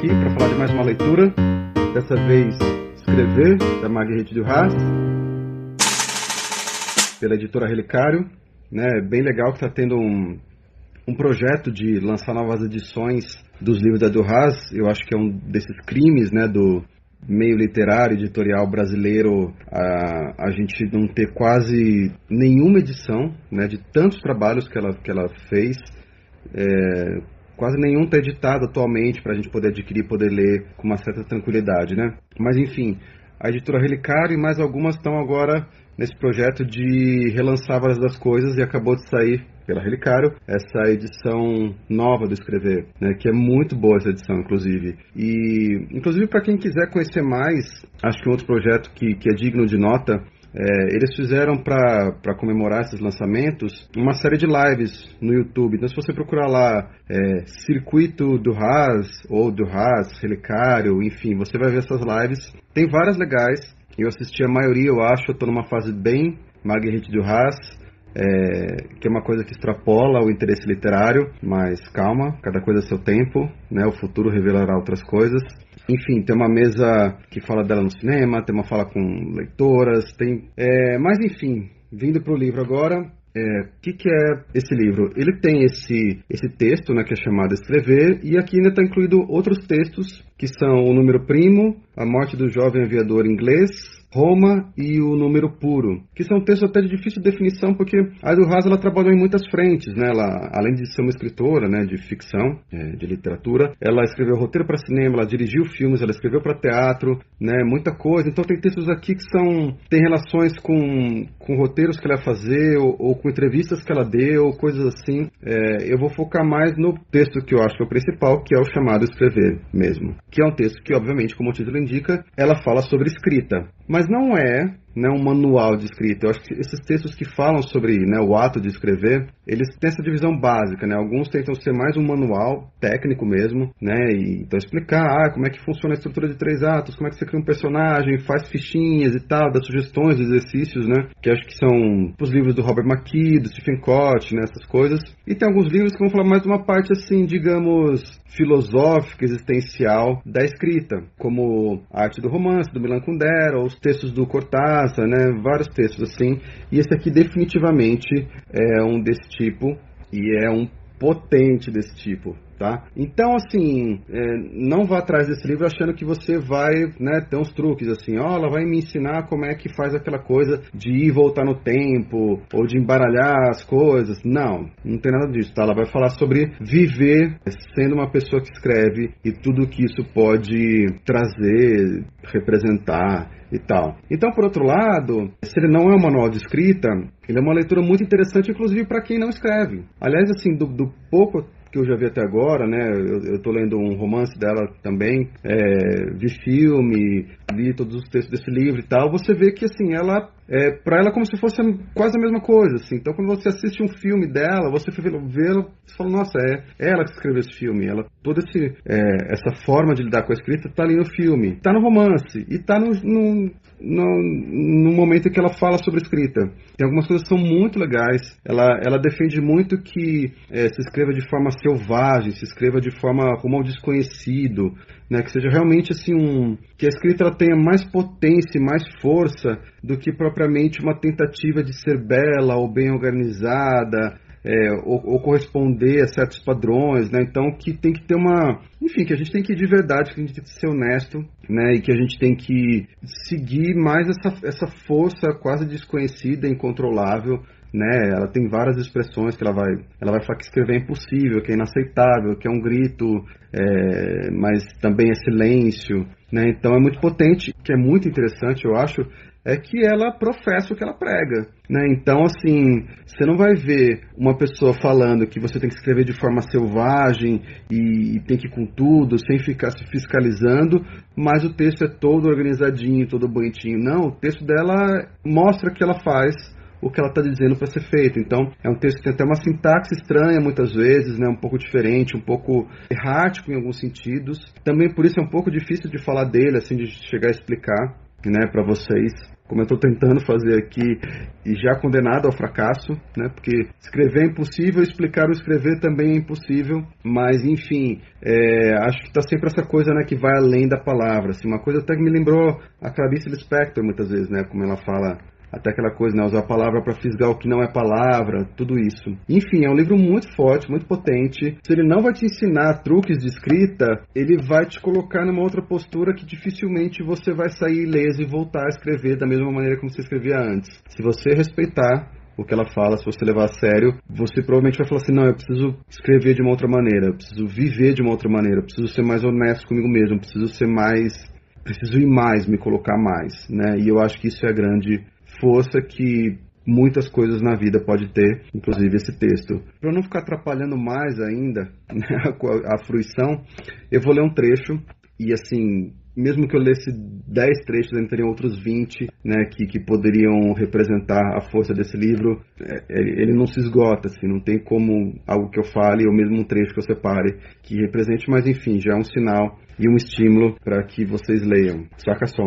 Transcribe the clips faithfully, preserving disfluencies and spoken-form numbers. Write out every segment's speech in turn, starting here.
aqui para falar de mais uma leitura, dessa vez Escrever, da Marguerite Duras, pela editora Relicário, né? Bem legal que está tendo um, um projeto de lançar novas edições dos livros da Duras. Eu acho que é um desses crimes, né, do meio literário, editorial brasileiro, a, a gente não ter quase nenhuma edição, né, de tantos trabalhos que ela, que ela fez. É, quase nenhum está editado atualmente para a gente poder adquirir e poder ler com uma certa tranquilidade, né? Mas enfim, a editora Relicário e mais algumas estão agora nesse projeto de relançar várias das coisas, e acabou de sair pela Relicário essa edição nova do Escrever, né, que é muito boa essa edição, inclusive. E, inclusive, para quem quiser conhecer mais, acho que um outro projeto que, que é digno de nota, é, eles fizeram para comemorar esses lançamentos uma série de lives no YouTube. Então, se você procurar lá é, Circuito Duras ou Duras Relicário, enfim, você vai ver essas lives. Tem várias legais. Eu assisti a maioria, eu acho. Eu estou numa fase bem Marguerite Duras, é, que é uma coisa que extrapola o interesse literário, mas calma, cada coisa a seu tempo, né? O futuro revelará outras coisas. Enfim, tem uma mesa que fala dela no cinema, tem uma fala com leitoras, tem... É, mas enfim, vindo para o livro agora, o é, que, que é esse livro? Ele tem esse, esse texto, né, que é chamado Escrever, e aqui ainda está incluído outros textos, que são o número primo, a morte do jovem aviador inglês, Roma e o número puro, que são textos até de difícil definição, porque a Duras ela trabalhou em muitas frentes, né? Ela, além de ser uma escritora, né, de ficção, é, de literatura, ela escreveu roteiro para cinema, ela dirigiu filmes, ela escreveu para teatro, né, muita coisa. Então tem textos aqui que são tem relações com, com roteiros que ela ia fazer ou, ou com entrevistas que ela deu, coisas assim. É, eu vou focar mais no texto que eu acho que é o principal, que é o chamado Escrever mesmo, que é um texto que, obviamente, como o título indica, ela fala sobre escrita. Mas não é, né, um manual de escrita. Eu acho que esses textos que falam sobre, né, o ato de escrever, eles têm essa divisão básica, né? Alguns tentam ser mais um manual técnico mesmo, né? E, então explicar ah, como é que funciona a estrutura de três atos, como é que você cria um personagem, faz fichinhas e tal, dá sugestões, exercícios, né? Que acho que são os livros do Robert McKee, do Stephen Cott, né? Essas coisas. E tem alguns livros que vão falar mais de uma parte, assim, digamos, filosófica, existencial da escrita, como a arte do romance, do Milan Kundera, ou os textos do Cortázar, né? Vários textos assim. E esse aqui definitivamente é um desse tipo, e é um potente desse tipo, tá? Então, assim, é, não vá atrás desse livro achando que você vai, né, ter uns truques, assim, ó, ela vai me ensinar como é que faz aquela coisa de ir e voltar no tempo, ou de embaralhar as coisas. Não, não tem nada disso, tá? Ela vai falar sobre viver sendo uma pessoa que escreve e tudo que isso pode trazer, representar e tal. Então, por outro lado, se ele não é um manual de escrita, ele é uma leitura muito interessante, inclusive para quem não escreve. Aliás, assim, do, do pouco que eu já vi até agora, né, eu estou lendo um romance dela também, é, vi filme, li todos os textos desse livro e tal, você vê que, assim, ela, é, para ela é como se fosse quase a mesma coisa, assim. Então, quando você assiste um filme dela, você vê-la, você fala, nossa, é ela que escreveu esse filme, ela, toda esse, é, essa forma de lidar com a escrita está ali no filme, está no romance, e está no, no, no, no momento em que ela fala sobre escrita. Tem algumas coisas que são muito legais, ela, ela defende muito que é, se escreva de forma selvagem, se escreva de forma rumo ao desconhecido, né, que seja realmente assim um, que a escrita ela tenha mais potência e mais força do que propriamente uma tentativa de ser bela ou bem organizada, é, ou, ou corresponder a certos padrões, né? Então que tem que ter uma, enfim, que a gente tem que ir de verdade, que a gente tem que ser honesto, né? E que a gente tem que seguir mais essa, essa força quase desconhecida, incontrolável, né? Ela tem várias expressões que ela vai, ela vai falar que escrever é impossível, que é inaceitável, que é um grito, é, mas também é silêncio, né? Então é muito potente, que é muito interessante, eu acho, é que ela professa o que ela prega, né? Então, assim, você não vai ver uma pessoa falando que você tem que escrever de forma selvagem e, e tem que ir com tudo, sem ficar se fiscalizando, mas o texto é todo organizadinho, todo bonitinho. Não, o texto dela mostra que ela faz o que ela está dizendo para ser feito. Então, é um texto que tem até uma sintaxe estranha muitas vezes, né? Um pouco diferente, um pouco errático em alguns sentidos. Também por isso é um pouco difícil de falar dele, assim, de chegar a explicar, né, para vocês como eu estou tentando fazer aqui, e já condenado ao fracasso, né? Porque escrever é impossível, explicar o escrever também é impossível, mas enfim, é, acho que está sempre essa coisa, né, que vai além da palavra. Assim, uma coisa até que me lembrou a Clarice Lispector muitas vezes, né, como ela fala, até aquela coisa, né, usar a palavra para fisgar o que não é palavra, tudo isso. Enfim, é um livro muito forte, muito potente. Se ele não vai te ensinar truques de escrita, ele vai te colocar numa outra postura que dificilmente você vai sair ileso e voltar a escrever da mesma maneira como você escrevia antes. Se você respeitar o que ela fala, se você levar a sério, você provavelmente vai falar assim, não, eu preciso escrever de uma outra maneira, eu preciso viver de uma outra maneira, eu preciso ser mais honesto comigo mesmo, eu preciso ser mais, preciso ir mais, me colocar mais, né? E eu acho que isso é a grande força que muitas coisas na vida pode ter, inclusive esse texto. Para não ficar atrapalhando mais ainda, né, a, a fruição, eu vou ler um trecho e assim, mesmo que eu lesse dez trechos, ainda teriam outros vinte, né, que, que poderiam representar a força desse livro. É, ele não se esgota, assim, não tem como algo que eu fale ou mesmo um trecho que eu separe que represente, mas enfim, já é um sinal e um estímulo para que vocês leiam. Saca só.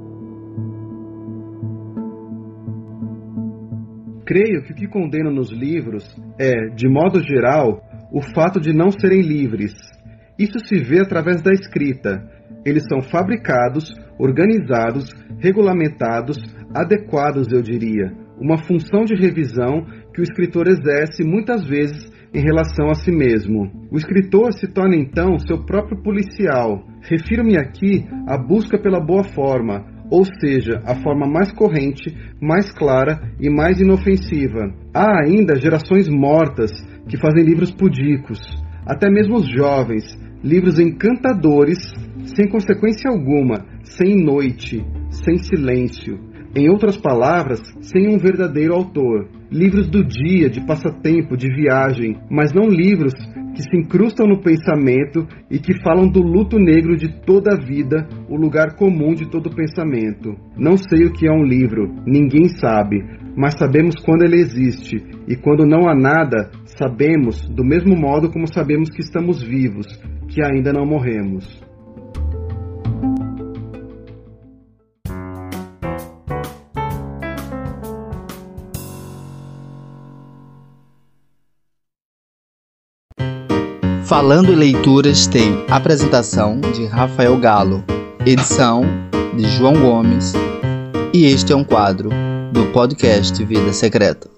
Creio que o que condena nos livros é, de modo geral, o fato de não serem livres. Isso se vê através da escrita. Eles são fabricados, organizados, regulamentados, adequados, eu diria. Uma função de revisão que o escritor exerce muitas vezes em relação a si mesmo. O escritor se torna então seu próprio policial. Refiro-me aqui à busca pela boa forma, ou seja, a forma mais corrente, mais clara e mais inofensiva. Há ainda gerações mortas que fazem livros pudicos, até mesmo os jovens, livros encantadores, sem consequência alguma, sem noite, sem silêncio. Em outras palavras, sem um verdadeiro autor. Livros do dia, de passatempo, de viagem, mas não livros que se incrustam no pensamento e que falam do luto negro de toda a vida, o lugar comum de todo pensamento. Não sei o que é um livro, ninguém sabe, mas sabemos quando ele existe, e quando não há nada, sabemos, do mesmo modo como sabemos que estamos vivos, que ainda não morremos. Falando em Leituras tem apresentação de Rafael Galo, edição de João Gomes, e este é um quadro do podcast Vida Secreta.